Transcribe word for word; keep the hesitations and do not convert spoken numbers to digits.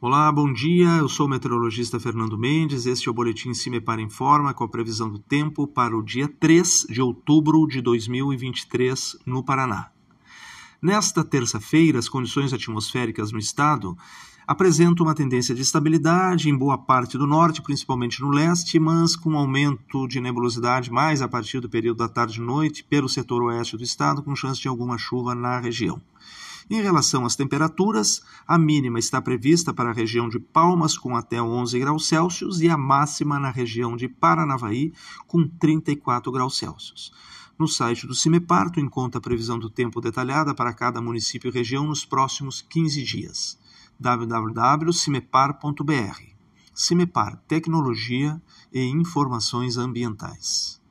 Olá, bom dia, eu sou o meteorologista Fernando Mendes, este é o Boletim Cimepar Informa com a previsão do tempo para o dia três de outubro de dois mil e vinte e três no Paraná. Nesta terça-feira, as condições atmosféricas no estado apresentam uma tendência de estabilidade em boa parte do norte, principalmente no leste, mas com aumento de nebulosidade mais a partir do período da tarde e noite pelo setor oeste do estado, com chance de alguma chuva na região. Em relação às temperaturas, a mínima está prevista para a região de Palmas com até onze graus Celsius e a máxima na região de Paranavaí com trinta e quatro graus Celsius. No site do Cimepar, tu encontra a previsão do tempo detalhada para cada município e região nos próximos quinze dias. w w w ponto cimepar ponto b r. Cimepar, tecnologia e informações ambientais.